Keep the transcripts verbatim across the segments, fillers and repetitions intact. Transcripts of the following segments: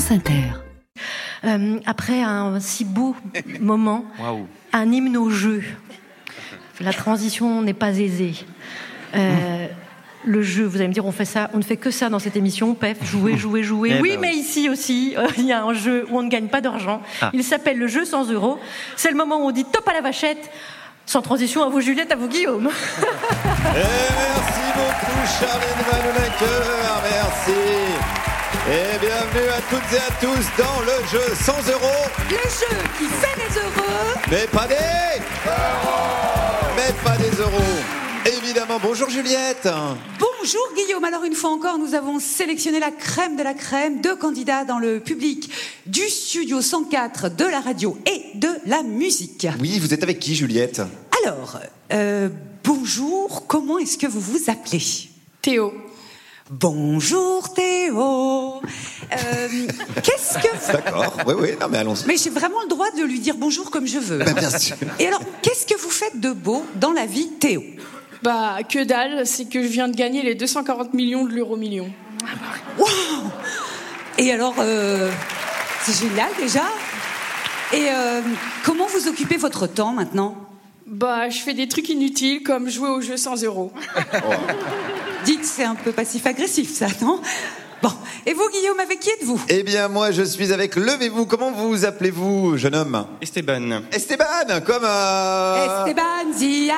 France Inter. Euh, après un si beau moment, Waouh. un hymne au jeu. La transition n'est pas aisée. Euh, le jeu, vous allez me dire, on fait ça, on ne fait que ça dans cette émission, P E F, jouer, jouer, jouer. Eh Oui, ben mais oui. ici aussi, euh, il y a un jeu où on ne gagne pas d'argent. Ah. Il s'appelle le jeu cent euros. C'est le moment où on dit top à la vachette. Sans transition, à vous Juliette, à vous Guillaume. Et merci beaucoup Charline Vanhoenacker, merci. Et bienvenue à toutes et à tous dans le jeu cent euros. Le jeu qui fait des heureux. Mais pas des euros. Mais pas des euros. Évidemment, bonjour Juliette. Bonjour Guillaume, alors une fois encore nous avons sélectionné la crème de la crème, deux candidats dans le public du studio cent quatre de la radio et de la musique. Oui, vous êtes avec qui Juliette? Alors, euh, bonjour, comment est-ce que vous vous appelez? Théo. Bonjour Théo. Euh, qu'est-ce que vous... D'accord, oui, oui, non mais allons-y. Mais j'ai vraiment le droit de lui dire bonjour comme je veux. Ben, bien sûr. Et alors, qu'est-ce que vous faites de beau dans la vie, Théo? Bah, que dalle, c'est que je viens de gagner les deux cent quarante millions de l'euro million. Waouh! Et alors, euh, c'est génial déjà. Et euh, comment vous occupez votre temps maintenant? Bah, je fais des trucs inutiles comme jouer au jeu cent euros. Dites, c'est un peu passif-agressif ça, non? Bon, et vous Guillaume, avec qui êtes-vous? Eh bien moi je suis avec Levez-vous, comment vous appelez-vous jeune homme? Esteban. Esteban, comme euh... Esteban Zia,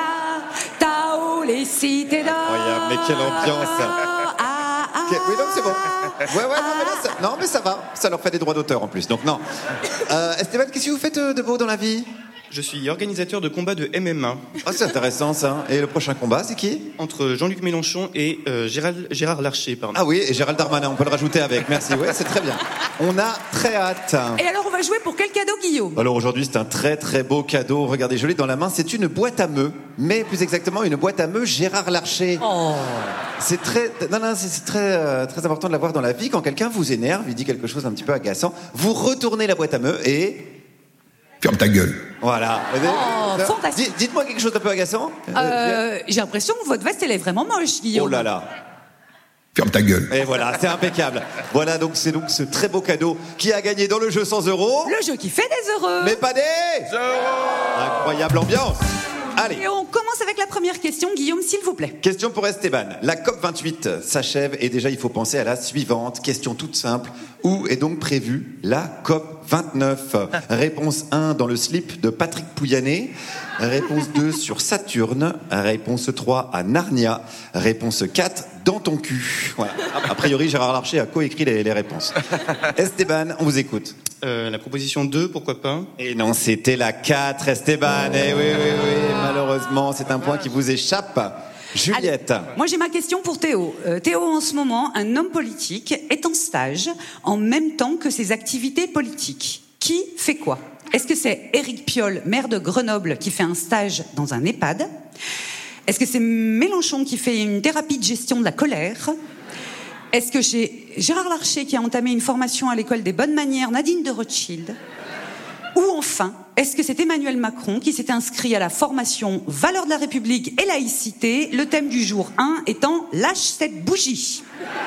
Tao, les cités d'or. Incroyable, mais quelle ambiance. Ah, ah, Ok, oui, donc c'est bon. Ouais, ouais, non mais, là, ça... non, mais ça va. Ça leur fait des droits d'auteur en plus, donc non. Euh, Esteban, qu'est-ce que vous faites de beau dans la vie? Je suis organisateur de combats de M M A Ah, c'est intéressant ça. Et le prochain combat, c'est qui? entre Jean-Luc Mélenchon et euh, Gérald, Gérard Larcher. Pardon. Ah oui, et Gérald Darmanin, on peut le rajouter avec. Merci, ouais, c'est très bien. On a très hâte. Et alors on va jouer pour quel cadeau Guillaume? Alors aujourd'hui, c'est un très très beau cadeau. Regardez, je l'ai dans la main. C'est une boîte à meux, mais plus exactement une boîte à meux Gérard Larcher. Oh. C'est très, non, non, c'est c'est très, euh, très important de l'avoir dans la vie. Quand quelqu'un vous énerve, il dit quelque chose d'un petit peu agaçant, vous retournez la boîte à meux et Ferme ta gueule. voilà. Oh, Ça- fantastique. Dites- Dites-moi quelque chose d'un peu agaçant. Euh, j'ai l'impression que votre veste elle est vraiment moche Guillaume. Oh là là. Ferme ta gueule. Et voilà, c'est impeccable. Voilà, donc c'est donc ce très beau cadeau qui a gagné dans le jeu cent euros. Le jeu qui fait des heureux. Mais pas des euros. Incroyable ambiance. Allez. Et on commence avec la première question, Guillaume, s'il vous plaît. Question pour Esteban. La COP vingt-huit s'achève et déjà il faut penser à la suivante. Question toute simple. Où est donc prévue la COP vingt-neuf? Réponse un dans le slip de Patrick Pouyanné. Réponse deux sur Saturne. Réponse trois à Narnia. Réponse quatre dans ton cul. Voilà. A priori Gérard Larcher a coécrit les, les réponses. Esteban, on vous écoute. Euh, la proposition deux, pourquoi pas? Et non, c'était la quatre, Esteban. Eh oui, oui, oui. Malheureusement, c'est un point qui vous échappe. Juliette. Allez, moi j'ai ma question pour Théo. Euh, Théo, en ce moment, un homme politique est en stage en même temps que ses activités politiques. Qui fait quoi? Est-ce que c'est Éric Piolle, maire de Grenoble, qui fait un stage dans un EHPAD? Est-ce que c'est Mélenchon qui fait une thérapie de gestion de la colère? Est-ce que c'est Gérard Larcher qui a entamé une formation à l'école des bonnes manières Nadine de Rothschild? Ou enfin, est-ce que c'est Emmanuel Macron qui s'est inscrit à la formation Valeurs de la République et laïcité, le thème du jour un étant Lâche cette bougie?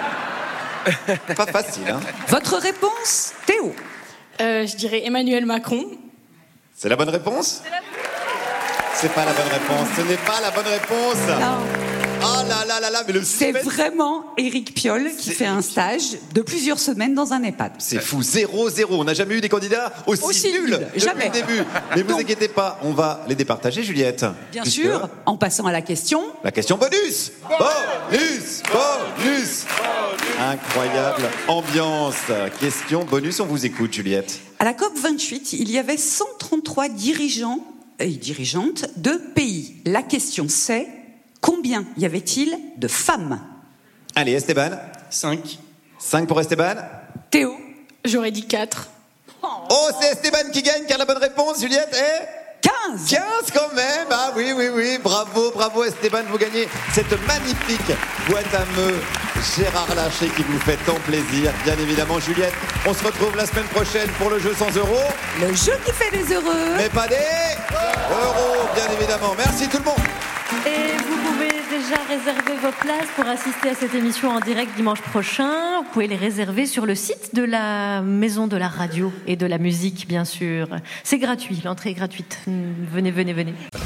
Pas facile, hein. Votre réponse, Théo? Euh, je dirais Emmanuel Macron. C'est la bonne réponse? C'est pas la bonne réponse. Ce n'est pas la bonne réponse. Non. Oh là là là là, mais le C'est suspense- vraiment Éric Piolle qui C'est fait un stage de plusieurs semaines dans un EHPAD. C'est fou, zéro zéro. On n'a jamais eu des candidats aussi, Aussi nuls nuls, depuis jamais. le début. Mais vous Donc- inquiétez pas, on va les départager, Juliette. Bien Puisque sûr, en passant à la question. La question bonus. Bonus, bonus. Incroyable ambiance. Question bonus, on vous écoute, Juliette. À la COP vingt-huit, il y avait cent trente-trois dirigeants et dirigeantes de pays. La question c'est, combien y avait-il de femmes? Allez, Esteban. cinq. cinq pour Esteban. Théo? J'aurais dit quatre. Oh, c'est Esteban qui gagne car la bonne réponse, Juliette, est quinze. quinze quand même. Ah oui, oui, oui. Bravo, bravo Esteban, vous gagnez cette magnifique boîte à meux Gérard Larcher qui vous fait tant plaisir. Bien évidemment, Juliette, on se retrouve la semaine prochaine pour le jeu cent euros. Le jeu qui fait des heureux. Mais pas des euros, bien évidemment. Merci tout le monde. Et vous pouvez déjà réserver vos places pour assister à cette émission en direct dimanche prochain. Vous pouvez les réserver sur le site de la Maison de la Radio et de la Musique, bien sûr. C'est gratuit, l'entrée est gratuite. Venez, venez, venez.